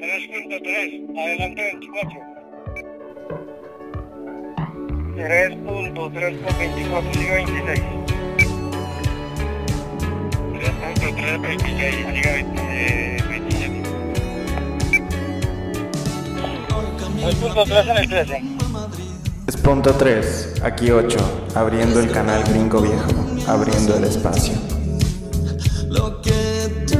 3.3, adelante 24. 3.3.24, siga 26. 3.3.26, siga 27. 3.3 en el 13. 3.3, aquí 8, abriendo el canal Gringo Viejo, abriendo el espacio. Lo que tú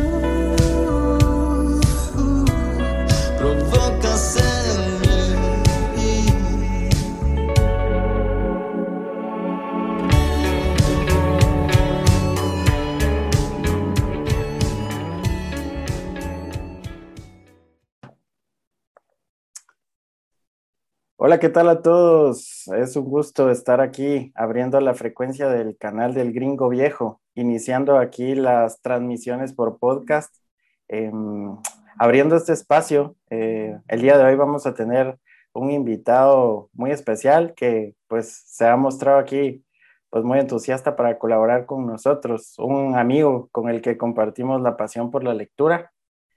provocas en mí. Hola, ¿qué tal a todos? Es un gusto estar aquí abriendo la frecuencia del canal del Gringo Viejo, iniciando aquí las transmisiones por podcast, abriendo este espacio. El día de hoy vamos a tener un invitado muy especial que pues se ha mostrado aquí pues muy entusiasta para colaborar con nosotros, un amigo con el que compartimos la pasión por la lectura.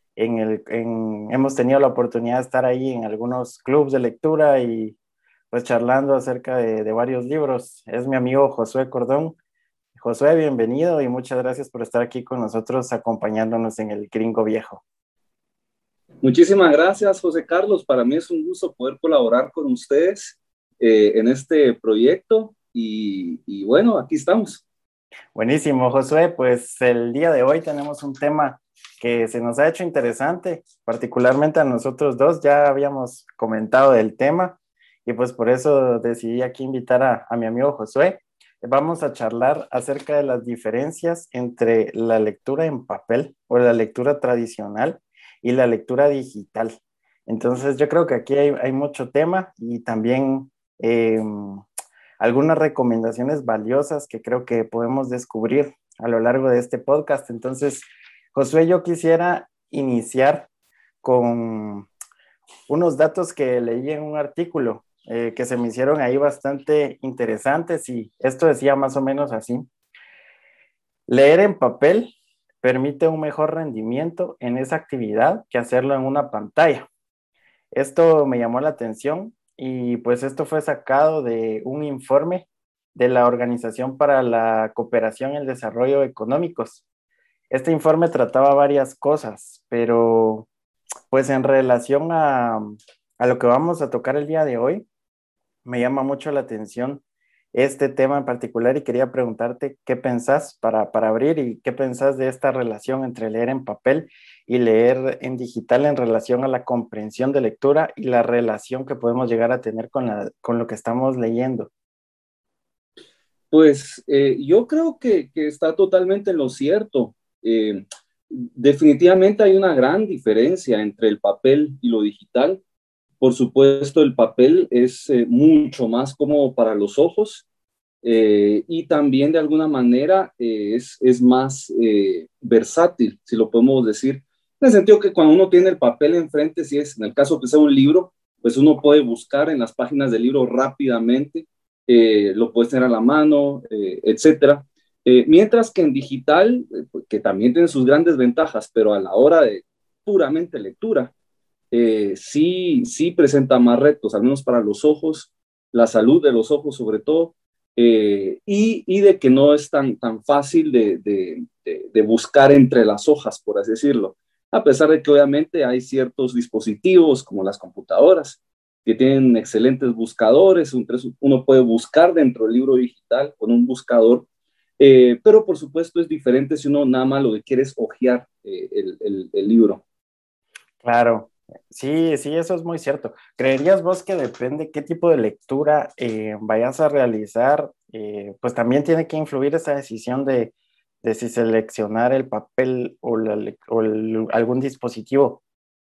Hemos tenido la oportunidad de estar ahí en algunos clubes de lectura y pues charlando acerca de varios libros. Es mi amigo Josué Cordón. Josué, bienvenido y muchas gracias por estar aquí con nosotros acompañándonos en el Gringo Viejo. Muchísimas gracias, José Carlos. Para mí es un gusto poder colaborar con ustedes en este proyecto y bueno, aquí estamos. Buenísimo, Josué. Pues el día de hoy tenemos un tema que se nos ha hecho interesante, particularmente a nosotros dos. Ya habíamos comentado del tema y pues por eso decidí aquí invitar a mi amigo Josué. Vamos a charlar acerca de las diferencias entre la lectura en papel o la lectura tradicional y la lectura digital. Entonces yo creo que aquí hay mucho tema y también algunas recomendaciones valiosas que creo que podemos descubrir a lo largo de este podcast. Entonces, Josué, yo quisiera iniciar con unos datos que leí en un artículo que se me hicieron ahí bastante interesantes y esto decía más o menos así: leer en papel permite un mejor rendimiento en esa actividad que hacerlo en una pantalla. Esto me llamó la atención y pues esto fue sacado de un informe de la Organización para la Cooperación y el Desarrollo Económicos. Este informe trataba varias cosas, pero pues en relación a lo que vamos a tocar el día de hoy, me llama mucho la atención este tema en particular y quería preguntarte qué pensás para abrir y qué pensás de esta relación entre leer en papel y leer en digital en relación a la comprensión de lectura y la relación que podemos llegar a tener con lo que estamos leyendo. Pues yo creo que está totalmente en lo cierto. Definitivamente hay una gran diferencia entre el papel y lo digital. Por supuesto, el papel es mucho más cómodo para los ojos y también de alguna manera es más versátil, si lo podemos decir, en el sentido que cuando uno tiene el papel enfrente, si es en el caso que sea un libro, pues uno puede buscar en las páginas del libro rápidamente, lo puedes tener a la mano, etcétera. Mientras que en digital, que también tiene sus grandes ventajas, pero a la hora de puramente lectura, sí presenta más retos, al menos para los ojos, la salud de los ojos sobre todo, y de que no es tan fácil de buscar entre las hojas, por así decirlo, a pesar de que obviamente hay ciertos dispositivos como las computadoras que tienen excelentes buscadores, uno puede buscar dentro del libro digital con un buscador, pero por supuesto es diferente si uno nada más lo que quiere es hojear el libro. Claro, sí, sí, eso es muy cierto. ¿Creerías vos que depende qué tipo de lectura vayas a realizar? Pues también tiene que influir esa decisión de si seleccionar el papel algún dispositivo.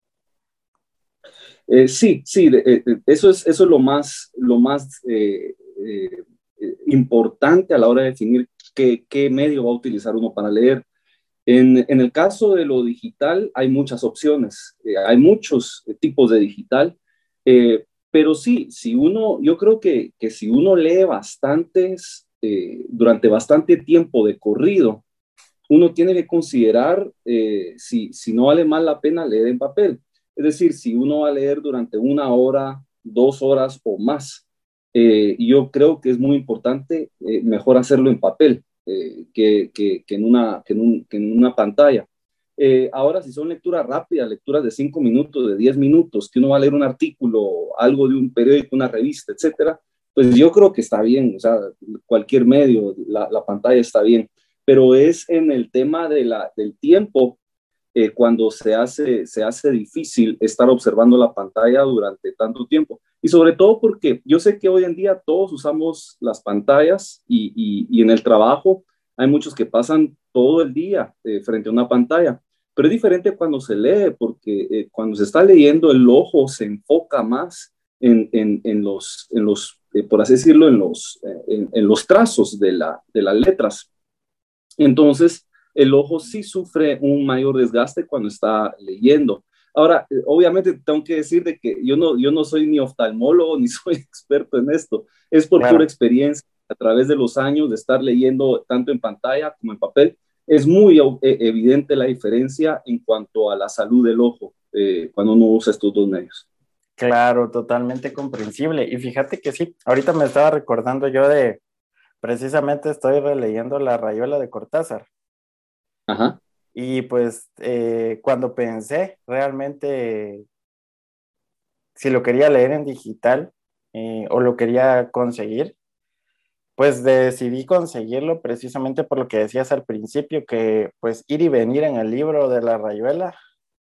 Sí, eso es lo más importante a la hora de definir qué medio va a utilizar uno para leer. En el caso de lo digital hay muchas opciones, hay muchos tipos de digital, pero sí, yo creo que si uno lee durante bastante tiempo de corrido, uno tiene que considerar si no vale más la pena leer en papel. Es decir, si uno va a leer durante 1 hora, 2 horas o más, yo creo que es muy importante mejor hacerlo en papel que en una pantalla. Ahora, si son lecturas rápidas, lecturas de 5 minutos, de 10 minutos, que uno va a leer un artículo, algo de un periódico, una revista, etcétera, pues yo creo que está bien, o sea, cualquier medio, la pantalla está bien, pero es en el tema del tiempo cuando se hace difícil estar observando la pantalla durante tanto tiempo. Y sobre todo porque yo sé que hoy en día todos usamos las pantallas y en el trabajo hay muchos que pasan todo el día frente a una pantalla. Pero es diferente cuando se lee, porque cuando se está leyendo el ojo se enfoca más por así decirlo, en los trazos de las letras. Entonces, el ojo sí sufre un mayor desgaste cuando está leyendo. Ahora, obviamente tengo que decir de que yo no soy ni oftalmólogo ni soy experto en esto. Es por pura Claro. experiencia a través de los años de estar leyendo tanto en pantalla como en papel. Es muy evidente la diferencia en cuanto a la salud del ojo cuando uno usa estos dos medios. Claro, totalmente comprensible. Y fíjate que sí, ahorita me estaba recordando yo precisamente estoy releyendo La Rayuela de Cortázar. Ajá. Y pues cuando pensé realmente si lo quería leer en digital o lo quería conseguir, pues decidí conseguirlo precisamente por lo que decías al principio, que pues ir y venir en el libro de La Rayuela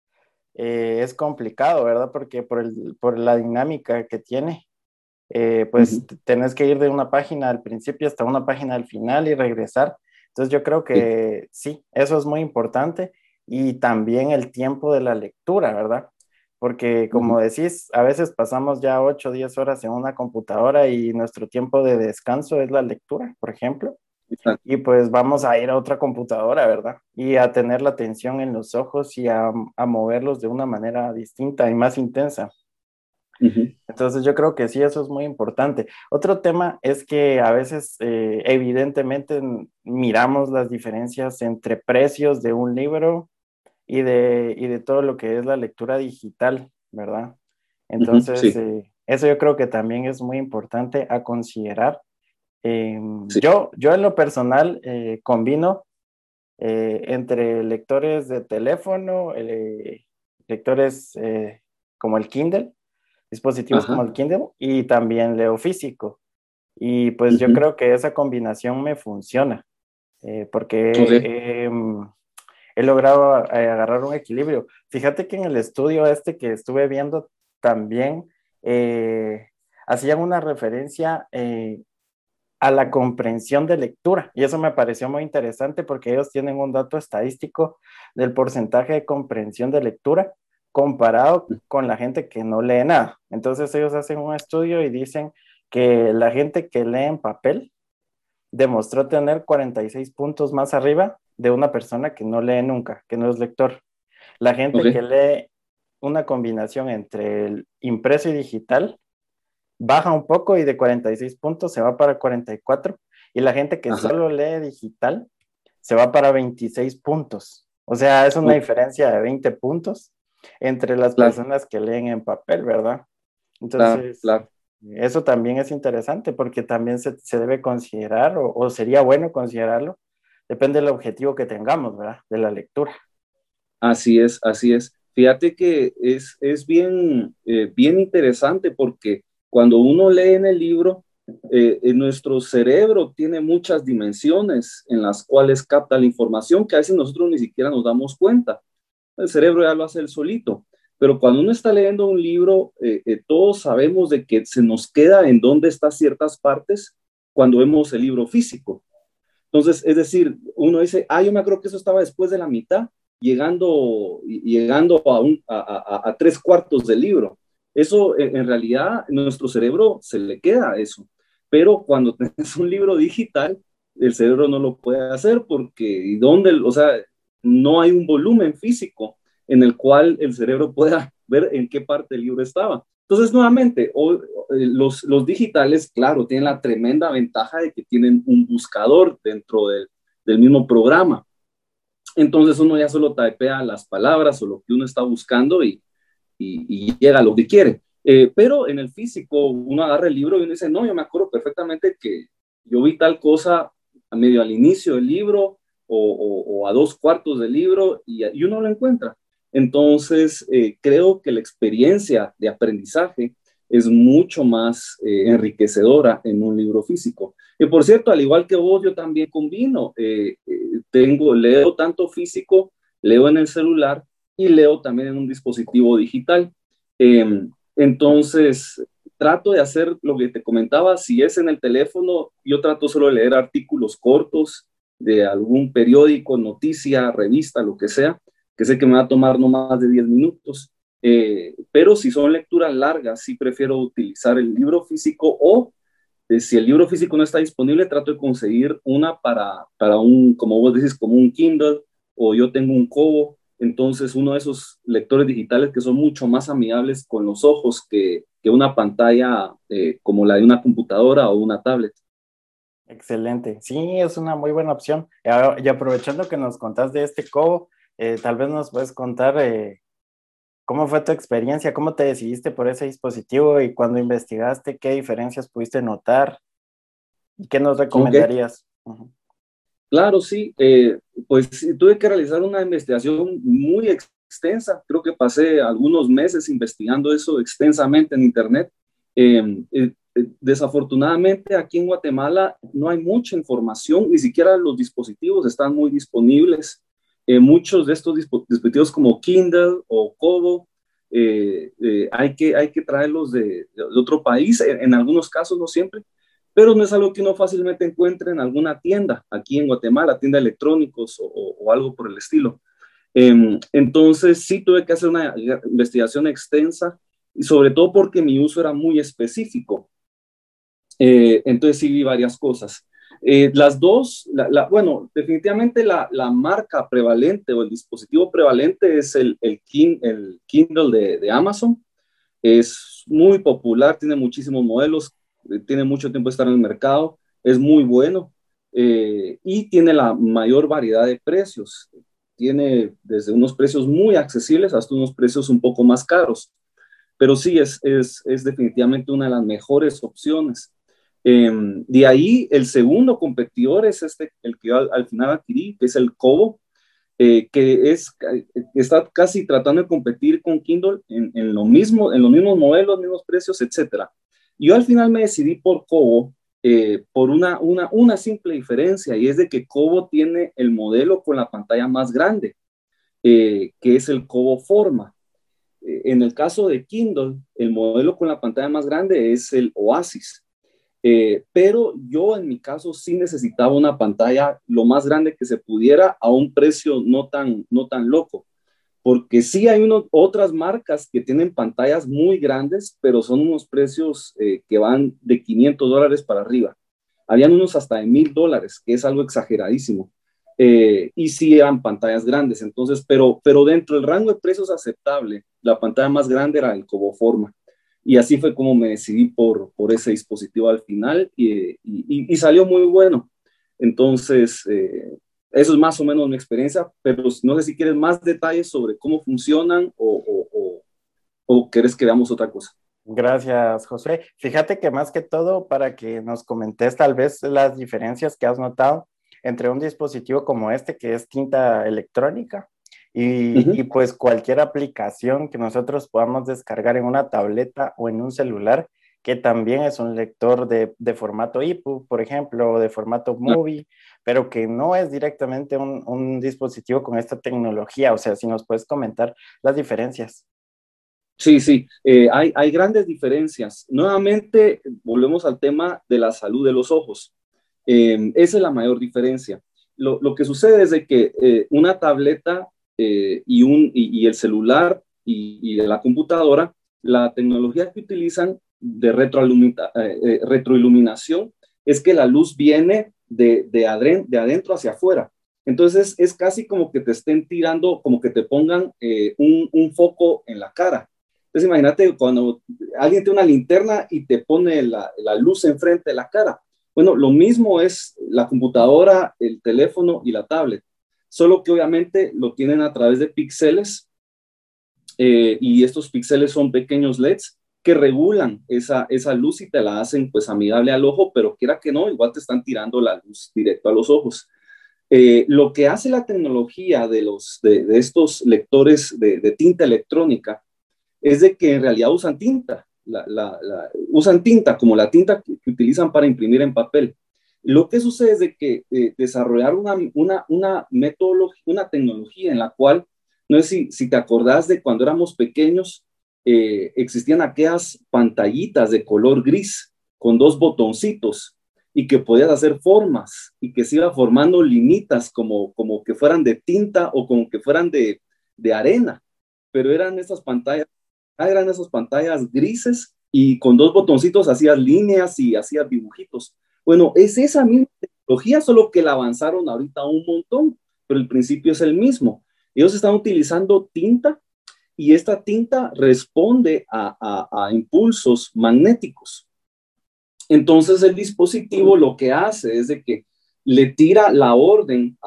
es complicado, ¿verdad? Porque por la dinámica que tiene, pues Uh-huh. tenés que ir de una página al principio hasta una página al final y regresar. Entonces yo creo Sí. que sí, eso es muy importante y también el tiempo de la lectura, ¿verdad? Porque como Uh-huh. decís, a veces pasamos ya 8 o 10 horas en una computadora y nuestro tiempo de descanso es la lectura, por ejemplo, Exacto. y pues vamos a ir a otra computadora, ¿verdad? Y a tener la atención en los ojos y a moverlos de una manera distinta y más intensa. Uh-huh. Entonces yo creo que sí, eso es muy importante. Otro tema es que a veces evidentemente miramos las diferencias entre precios de un libro y de todo lo que es la lectura digital, ¿verdad? Uh-huh. Entonces, Sí, eso yo creo que también es muy importante a considerar. Eh, sí. yo en lo personal combino entre lectores de teléfono, lectores como el Kindle, dispositivos como Ajá. el Kindle y también leo físico. Y pues yo Uh-huh. creo que esa combinación me funciona Ok. porque he logrado agarrar un equilibrio. Fíjate que en el estudio este que estuve viendo también eh, hacían una referencia a la comprensión de lectura y eso me pareció muy interesante porque ellos tienen un dato estadístico del porcentaje de comprensión de lectura comparado con la gente que no lee nada. Entonces ellos hacen un estudio y dicen que la gente que lee en papel demostró tener 46 puntos más arriba de una persona que no lee nunca, que no es lector. La gente que Ok. lee una combinación entre el impreso y digital baja un poco y de 46 puntos se va para 44 y la gente que Ajá. solo lee digital se va para 26 puntos. O sea, es una Ok. diferencia de 20 puntos entre las Claro, personas que leen en papel, ¿verdad? claro, Entonces, claro. eso también es interesante porque también se debe considerar o sería bueno considerarlo. Depende del objetivo que tengamos, ¿verdad? De la lectura. Así es, así es. Fíjate que es bien, bien interesante porque cuando uno lee en el libro, en nuestro cerebro tiene muchas dimensiones en las cuales capta la información que a veces nosotros ni siquiera nos damos cuenta. El cerebro ya lo hace él solito. Pero cuando uno está leyendo un libro, todos sabemos de que se nos queda en dónde están ciertas partes cuando vemos el libro físico. Entonces, es decir, uno dice, yo me acuerdo que eso estaba después de la mitad, llegando a 3/4 del libro. Eso, en realidad, en nuestro cerebro se le queda eso. Pero cuando tienes un libro digital, el cerebro no lo puede hacer porque, o sea, no hay un volumen físico en el cual el cerebro pueda ver en qué parte del libro estaba. Entonces, nuevamente, los digitales, claro, tienen la tremenda ventaja de que tienen un buscador dentro del mismo programa. Entonces uno ya solo typea las palabras o lo que uno está buscando y llega a lo que quiere. Pero en el físico uno agarra el libro y uno dice, no, yo me acuerdo perfectamente que yo vi tal cosa a medio al inicio del libro o a 2/4 del libro y uno lo encuentra. Entonces, creo que la experiencia de aprendizaje es mucho más enriquecedora en un libro físico. Y por cierto, al igual que vos, yo también combino. Leo tanto físico, leo en el celular y leo también en un dispositivo digital. Entonces, trato de hacer lo que te comentaba. Si es en el teléfono, yo trato solo de leer artículos cortos de algún periódico, noticia, revista, lo que sea, que sé que me va a tomar no más de 10 minutos. Pero si son lecturas largas, sí prefiero utilizar el libro físico o si el libro físico no está disponible, trato de conseguir una para un, como vos decís, como un Kindle o yo tengo un Kobo. Entonces, uno de esos lectores digitales que son mucho más amigables con los ojos que una pantalla como la de una computadora o una tablet. Excelente. Sí, es una muy buena opción. Y aprovechando que nos contás de este Kobo, tal vez nos puedes contar cómo fue tu experiencia, cómo te decidiste por ese dispositivo y cuando investigaste, qué diferencias pudiste notar y qué nos Okay. recomendarías. Uh-huh. Claro, sí. Pues sí, tuve que realizar una investigación muy extensa. Creo que pasé algunos meses investigando eso extensamente en Internet. Desafortunadamente, aquí en Guatemala no hay mucha información, ni siquiera los dispositivos están muy disponibles. Muchos de estos dispositivos como Kindle o Kobo, hay que traerlos de otro país, en algunos casos, no siempre, pero no es algo que uno fácilmente encuentre en alguna tienda aquí en Guatemala, tienda de electrónicos o algo por el estilo. Entonces sí tuve que hacer una investigación extensa y sobre todo porque mi uso era muy específico. Entonces sí vi varias cosas. Las dos, bueno, definitivamente la marca prevalente o el dispositivo prevalente es el Kindle de Amazon. Es muy popular, tiene muchísimos modelos, tiene mucho tiempo de estar en el mercado, es muy bueno y tiene la mayor variedad de precios. Tiene desde unos precios muy accesibles hasta unos precios un poco más caros, pero sí es definitivamente una de las mejores opciones. De ahí, el segundo competidor es el que yo al final adquirí, que es el Kobo, está casi tratando de competir con Kindle en lo mismo, en los mismos modelos, mismos precios, etcétera. Yo al final me decidí por Kobo por una simple diferencia, y es de que Kobo tiene el modelo con la pantalla más grande, que es el Kobo Forma. En el caso de Kindle, el modelo con la pantalla más grande es el Oasis. Pero yo en mi caso sí necesitaba una pantalla lo más grande que se pudiera a un precio no tan loco, porque sí hay otras marcas que tienen pantallas muy grandes, pero son unos precios que van de $500 para arriba. Habían unos hasta de $1,000, que es algo exageradísimo. Y sí eran pantallas grandes, entonces, pero dentro del rango de precios aceptable, la pantalla más grande era el Kobo Forma. Y así fue como me decidí por ese dispositivo al final y salió muy bueno. Entonces, eso es más o menos mi experiencia, pero no sé si quieres más detalles sobre cómo funcionan o quieres que veamos otra cosa. Gracias, José. Fíjate que más que todo, para que nos comentes tal vez las diferencias que has notado entre un dispositivo como este, que es tinta electrónica, y pues cualquier aplicación que nosotros podamos descargar en una tableta o en un celular, que también es un lector de formato EPUB, por ejemplo, o de formato Movie, pero que no es directamente un dispositivo con esta tecnología. O sea, si nos puedes comentar las diferencias. Sí, sí, hay grandes diferencias. Nuevamente, volvemos al tema de la salud de los ojos. Esa es la mayor diferencia. Lo que sucede es de que una tableta y el celular y la computadora, la tecnología que utilizan de retroiluminación es que la luz viene de adentro hacia afuera. Entonces es casi como que te estén tirando, como que te pongan un foco en la cara. Entonces imagínate cuando alguien tiene una linterna y te pone la luz enfrente de la cara. Bueno, lo mismo es la computadora, el teléfono y la tablet, solo que obviamente lo tienen a través de píxeles y estos píxeles son pequeños LEDs que regulan esa luz y te la hacen pues amigable al ojo, pero quiera que no, igual te están tirando la luz directo a los ojos. Lo que hace la tecnología de estos lectores de tinta electrónica es de que en realidad usan tinta, usan tinta como la tinta que utilizan para imprimir en papel. Lo que sucede es de que desarrollaron una metodología, una tecnología en la cual, no sé si te acordás de cuando éramos pequeños, existían aquellas pantallitas de color gris con dos botoncitos y que podías hacer formas y que se iba formando linitas como que fueran de tinta o como que fueran de arena, pero eran esas pantallas grises y con dos botoncitos hacías líneas y hacías dibujitos. Bueno, es esa misma tecnología, solo que la avanzaron ahorita un montón, pero el principio es el mismo. Ellos están utilizando tinta y esta tinta responde a impulsos magnéticos. Entonces el dispositivo lo que hace es de que le tira la orden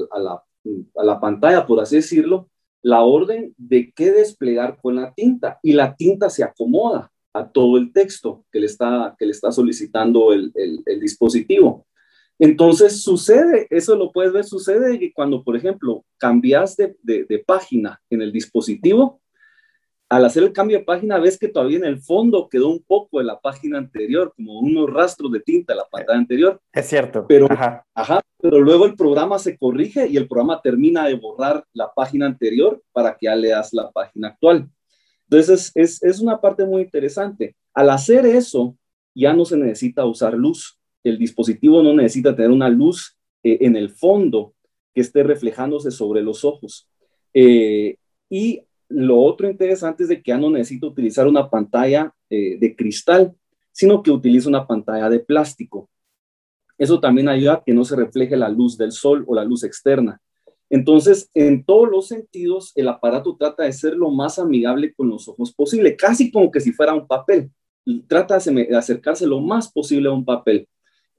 a la pantalla, por así decirlo, la orden de qué desplegar con la tinta y la tinta se acomoda a todo el texto que le está solicitando el dispositivo. Entonces sucede, eso lo puedes ver, sucede que cuando, por ejemplo, cambias de página en el dispositivo, al hacer el cambio de página ves que todavía en el fondo quedó un poco de la página anterior, como unos rastros de tinta en la pantalla anterior. Es cierto. Pero, Ajá. Pero luego el programa se corrige y el programa termina de borrar la página anterior para que ya leas la página actual. Entonces es una parte muy interesante. Al hacer eso, ya no se necesita usar luz. El dispositivo no necesita tener una luz en el fondo que esté reflejándose sobre los ojos. Y lo otro interesante es de que ya no necesito utilizar una pantalla de cristal, sino que utilizo una pantalla de plástico. Eso también ayuda a que no se refleje la luz del sol o la luz externa. Entonces, en todos los sentidos, el aparato trata de ser lo más amigable con los ojos posible, casi como que si fuera un papel. Trata de acercarse lo más posible a un papel.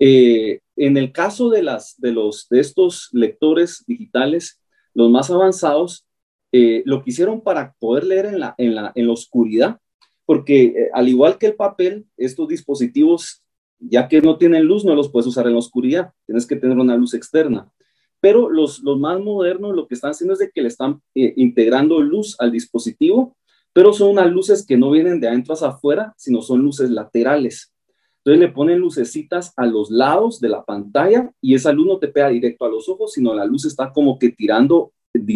En el caso de estos lectores digitales, los más avanzados, lo que hicieron para poder leer en la oscuridad, porque al igual que el papel, estos dispositivos, ya que no tienen luz, no los puedes usar en la oscuridad, tienes que tener una luz externa. Pero los más modernos lo que están haciendo es de que le están integrando luz al dispositivo, pero son unas luces que no vienen de adentro hacia afuera, sino son luces laterales. Entonces le ponen lucecitas a los lados de la pantalla y esa luz no te pega directo a los ojos, sino la luz está como que tirando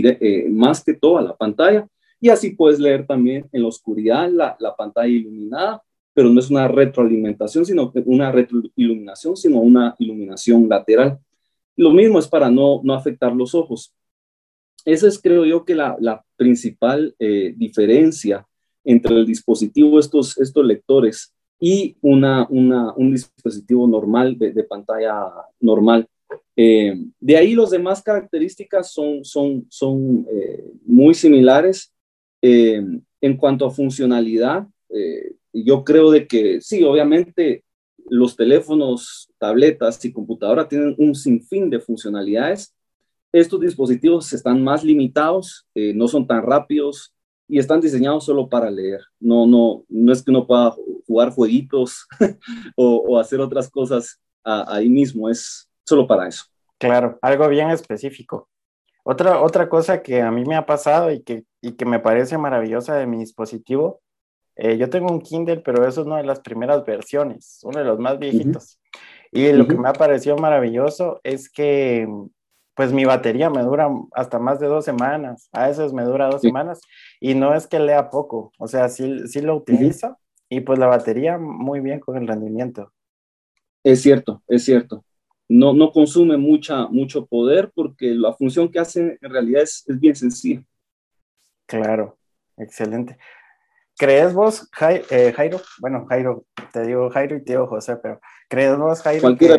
más que todo a la pantalla y así puedes leer también en la oscuridad la pantalla iluminada, pero no es una retroalimentación, sino una retroiluminación, sino una iluminación lateral. Lo mismo es para no afectar los ojos. Esa es, creo yo, que la principal diferencia entre el dispositivo, estos lectores, y un dispositivo normal, de pantalla normal. De ahí las demás características son muy similares. En cuanto a funcionalidad, yo creo de que sí, obviamente los teléfonos, tabletas y computadoras tienen un sinfín de funcionalidades. Estos dispositivos están más limitados, no son tan rápidos y están diseñados solo para leer. No es que uno pueda jugar jueguitos o hacer otras cosas ahí mismo, es solo para eso. Claro, algo bien específico. Otra cosa que a mí me ha pasado y que me parece maravillosa de mi dispositivo, yo tengo un Kindle, pero eso es una de las primeras versiones, uno de los más viejitos. Y lo que me ha parecido maravilloso es que pues mi batería me dura hasta más de 2 semanas, a veces me dura 2 semanas y no es que lea poco, o sea, sí lo utilizo y pues la batería muy bien con el rendimiento. Es cierto, es cierto. No consume mucho poder porque la función que hace en realidad es bien sencilla. Claro, excelente. ¿Crees vos, Jairo? Bueno, Jairo, te digo Jairo y te digo José, pero ¿crees vos, Jairo, Cualquiera.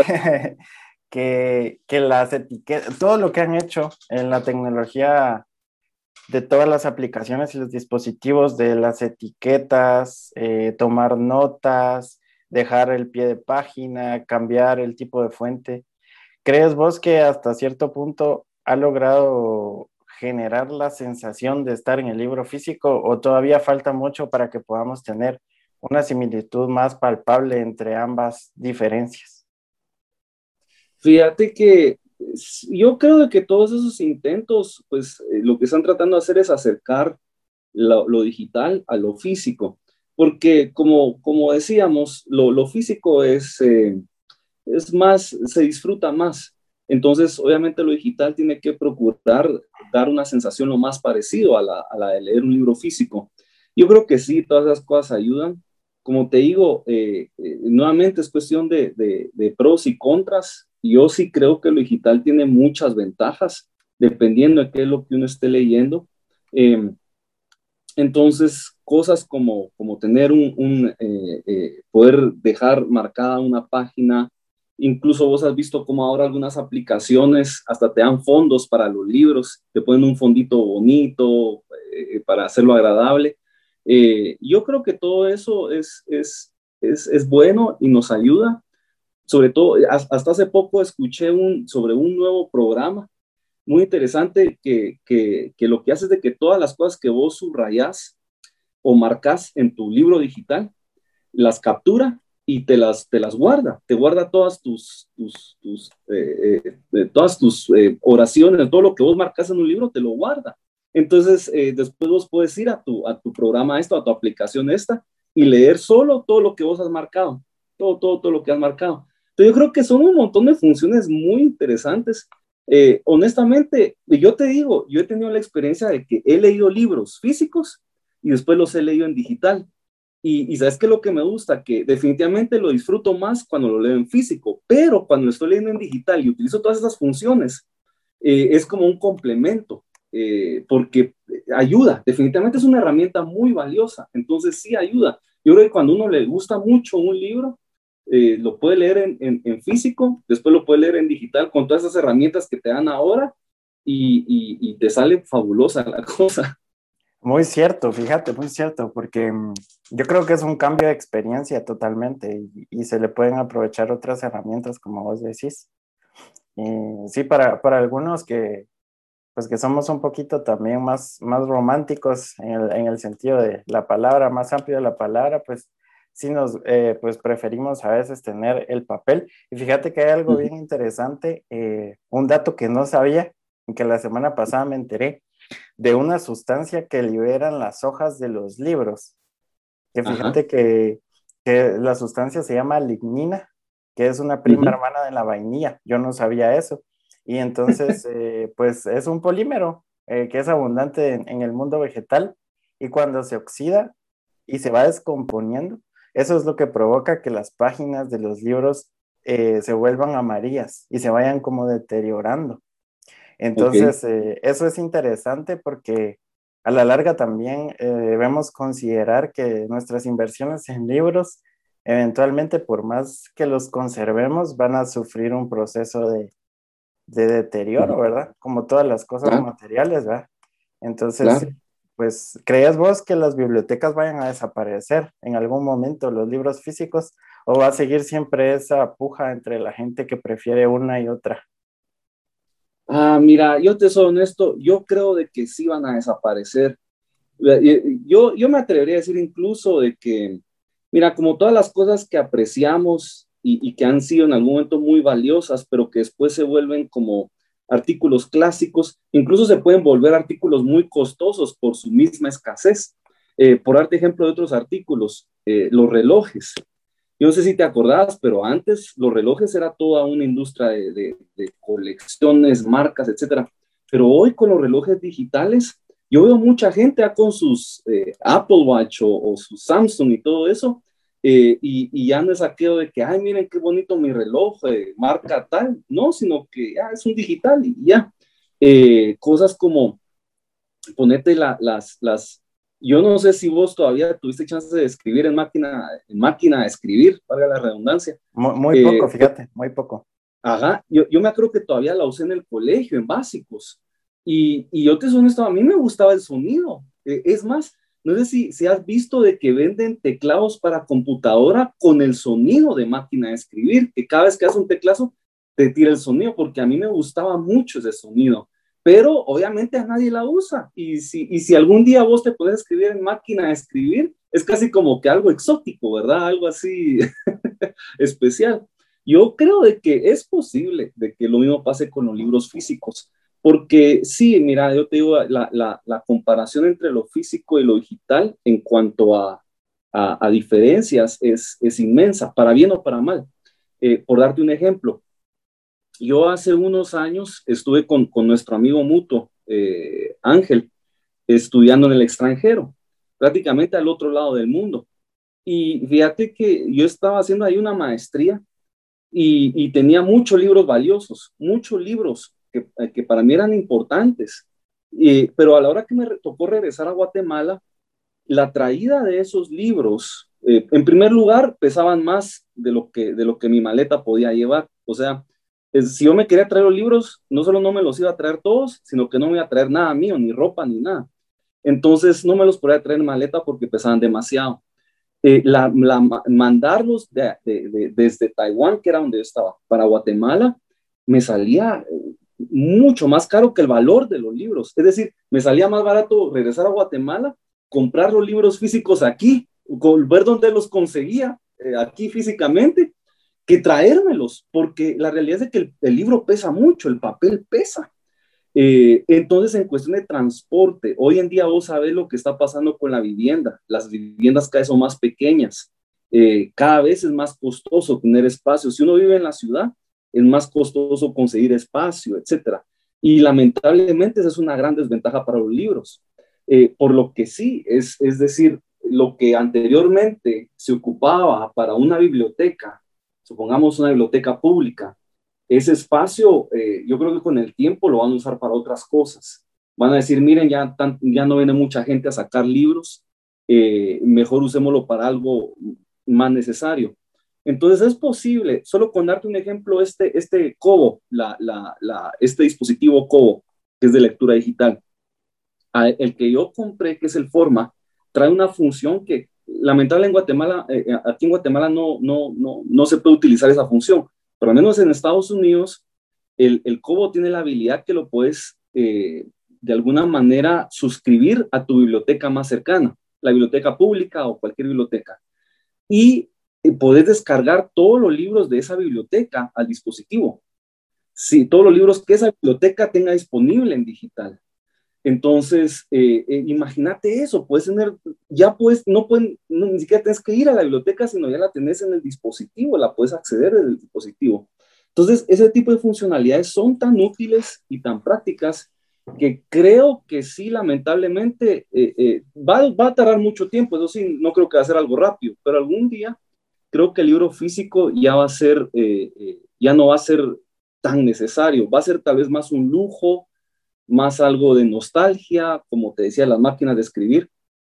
que las etiquetas, todo lo que han hecho en la tecnología de todas las aplicaciones y los dispositivos, de las etiquetas, tomar notas, dejar el pie de página, cambiar el tipo de fuente, ¿crees vos que hasta cierto punto ha logrado generar la sensación de estar en el libro físico o todavía falta mucho para que podamos tener una similitud más palpable entre ambas diferencias? Fíjate que yo creo de que todos esos intentos, pues lo que están tratando de hacer es acercar lo digital a lo físico, porque como decíamos, lo físico es más, se disfruta más. Entonces, obviamente lo digital tiene que procurar dar una sensación lo más parecido a la de leer un libro físico. Yo creo que sí, todas esas cosas ayudan. Como te digo, nuevamente es cuestión de pros y contras. Yo sí creo que lo digital tiene muchas ventajas, dependiendo de qué es lo que uno esté leyendo. Eh, entonces, cosas como tener poder dejar marcada una página, incluso vos has visto cómo ahora algunas aplicaciones hasta te dan fondos para los libros, te ponen un fondito bonito para hacerlo agradable. Yo creo que todo eso es bueno y nos ayuda. Sobre todo, hasta hace poco escuché sobre un nuevo programa muy interesante que lo que hace es de que todas las cosas que vos subrayás o marcas en tu libro digital, las captura y te las guarda. Te guarda todas tus oraciones, todo lo que vos marcas en un libro, te lo guarda. Entonces, después vos puedes ir a tu programa a tu aplicación y leer solo todo lo que vos has marcado, todo lo que has marcado. Entonces, yo creo que son un montón de funciones muy interesantes. Honestamente, yo te digo, yo he tenido la experiencia de que he leído libros físicos y después los he leído en digital. Y sabes que lo que me gusta, que definitivamente lo disfruto más cuando lo leo en físico, pero cuando lo estoy leyendo en digital y utilizo todas esas funciones, es como un complemento, porque ayuda, definitivamente es una herramienta muy valiosa, entonces sí ayuda. Yo creo que cuando uno le gusta mucho un libro, lo puede leer en físico, después lo puede leer en digital con todas esas herramientas que te dan ahora y te sale fabulosa la cosa. Muy cierto, fíjate, muy cierto, porque yo creo que es un cambio de experiencia totalmente y se le pueden aprovechar otras herramientas, como vos decís. Sí, para algunos pues que somos un poquito también más románticos en el sentido de la palabra, más amplio de la palabra, pues sí pues preferimos a veces tener el papel. Y fíjate que hay algo bien interesante, un dato que no sabía, que la semana pasada me enteré de una sustancia que liberan las hojas de los libros. Que fíjate que la sustancia se llama lignina, que es una prima hermana de la vainilla. Yo no sabía eso. Y entonces, pues es un polímero que es abundante en el mundo vegetal y cuando se oxida y se va descomponiendo, eso es lo que provoca que las páginas de los libros se vuelvan amarillas y se vayan como deteriorando. Entonces, eso es interesante porque a la larga también debemos considerar que nuestras inversiones en libros, eventualmente, por más que los conservemos, van a sufrir un proceso de deterioro, ¿verdad? Como todas las cosas materiales, ¿verdad? Entonces, pues, ¿crees vos que las bibliotecas vayan a desaparecer en algún momento, los libros físicos, o va a seguir siempre esa puja entre la gente que prefiere una y otra? Mira, yo te soy honesto, yo creo de que sí van a desaparecer. Yo me atrevería a decir incluso de que, mira, como todas las cosas que apreciamos y que han sido en algún momento muy valiosas, pero que después se vuelven como artículos clásicos, incluso se pueden volver artículos muy costosos por su misma escasez. Por darte ejemplo de otros artículos, los relojes. Yo no sé si te acordás, pero antes los relojes era toda una industria de colecciones, marcas, etcétera. Pero hoy con los relojes digitales, yo veo mucha gente con sus Apple Watch o su Samsung y todo eso, y ya no es aquello de que, ay, miren qué bonito mi reloj, marca tal, no, sino que ya es un digital y ya. Cosas como ponete yo no sé si vos todavía tuviste chance de escribir en máquina de escribir, valga la redundancia. Muy poco, fíjate, muy poco. Ajá, yo me acuerdo que todavía la usé en el colegio, en básicos, y yo te soy honesto, a mí me gustaba el sonido. Es más, no sé si has visto de que venden teclados para computadora con el sonido de máquina de escribir, que cada vez que haces un teclazo te tira el sonido, porque a mí me gustaba mucho ese sonido. pero obviamente a nadie la usa. Y si algún día vos te podés escribir en máquina de escribir, es casi como que algo exótico, ¿verdad? Algo así especial. Yo creo de que es posible de que lo mismo pase con los libros físicos, porque sí, mira, yo te digo, la comparación entre lo físico y lo digital en cuanto a diferencias es inmensa, para bien o para mal. Por darte un ejemplo, yo hace unos años estuve con nuestro amigo mutuo, Ángel, estudiando en el extranjero, prácticamente al otro lado del mundo. Y fíjate que yo estaba haciendo ahí una maestría y tenía muchos libros valiosos, muchos libros que para mí eran importantes. Pero a la hora que me tocó regresar a Guatemala, la traída de esos libros, en primer lugar, pesaban más de lo que mi maleta podía llevar. O sea, si yo me quería traer los libros, no solo no me los iba a traer todos, sino que no me iba a traer nada mío, ni ropa, ni nada. Entonces no me los podía traer en maleta porque pesaban demasiado. Mandarlos desde Taiwán, que era donde yo estaba, para Guatemala, me salía mucho más caro que el valor de los libros. Es decir, me salía más barato regresar a Guatemala, comprar los libros físicos aquí, ver dónde los conseguía aquí físicamente, que traérmelos, porque la realidad es de que el libro pesa mucho, el papel pesa. Entonces, en cuestión de transporte, hoy en día vos sabés lo que está pasando con la vivienda. Las viviendas cada vez son más pequeñas, cada vez es más costoso tener espacio. Si uno vive en la ciudad, es más costoso conseguir espacio, etcétera. Y lamentablemente esa es una gran desventaja para los libros. Por lo que sí, es decir, lo que anteriormente se ocupaba para una biblioteca, supongamos una biblioteca pública, ese espacio, yo creo que con el tiempo lo van a usar para otras cosas. Van a decir, miren, ya no viene mucha gente a sacar libros, mejor usémoslo para algo más necesario. Entonces es posible, solo con darte un ejemplo, este Kobo, este dispositivo Kobo, que es de lectura digital, el que yo compré, que es el Forma, trae una función que lamentablemente en Guatemala, aquí en Guatemala no se puede utilizar esa función, pero al menos en Estados Unidos, el Kobo tiene la habilidad que lo puedes de alguna manera suscribir a tu biblioteca más cercana, la biblioteca pública o cualquier biblioteca. Y podés descargar todos los libros de esa biblioteca al dispositivo. Sí, todos los libros que esa biblioteca tenga disponible en digital. Entonces, imagínate eso, puedes tener, ya puedes, ni siquiera tienes que ir a la biblioteca, sino ya la tenés en el dispositivo, la puedes acceder desde el dispositivo. Entonces, ese tipo de funcionalidades son tan útiles y tan prácticas que creo que sí, lamentablemente, va a tardar mucho tiempo, eso sí, no creo que va a ser algo rápido, pero algún día creo que el libro físico ya va a ser, ya no va a ser tan necesario, va a ser tal vez más un lujo, más algo de nostalgia, como te decía, las máquinas de escribir.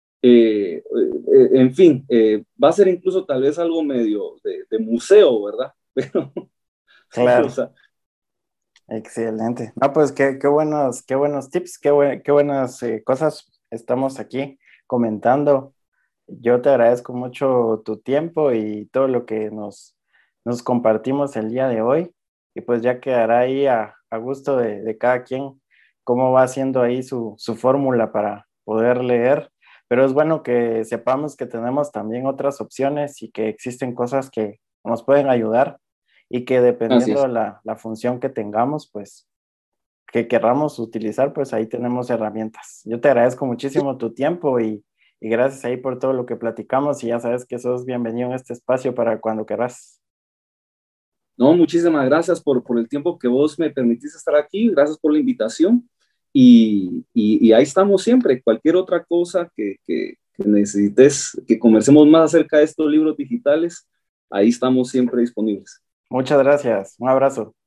En fin, va a ser incluso tal vez algo medio de museo, ¿verdad? Pero, Claro. o sea, Excelente. No, pues qué buenos tips, qué buenas cosas estamos aquí comentando. Yo te agradezco mucho tu tiempo y todo lo que nos compartimos el día de hoy. Y pues ya quedará ahí a gusto de cada quien cómo va haciendo ahí su fórmula para poder leer. Pero es bueno que sepamos que tenemos también otras opciones y que existen cosas que nos pueden ayudar y que así dependiendo de es. la función que tengamos, pues que querramos utilizar, pues ahí tenemos herramientas. Yo te agradezco muchísimo tu tiempo y gracias ahí por todo lo que platicamos y ya sabes que sos bienvenido en este espacio para cuando querrás. No, muchísimas gracias por el tiempo que vos me permitiste estar aquí, gracias por la invitación y ahí estamos siempre. Cualquier otra cosa que necesites, que conversemos más acerca de estos libros digitales, ahí estamos siempre disponibles. Muchas gracias. Un abrazo.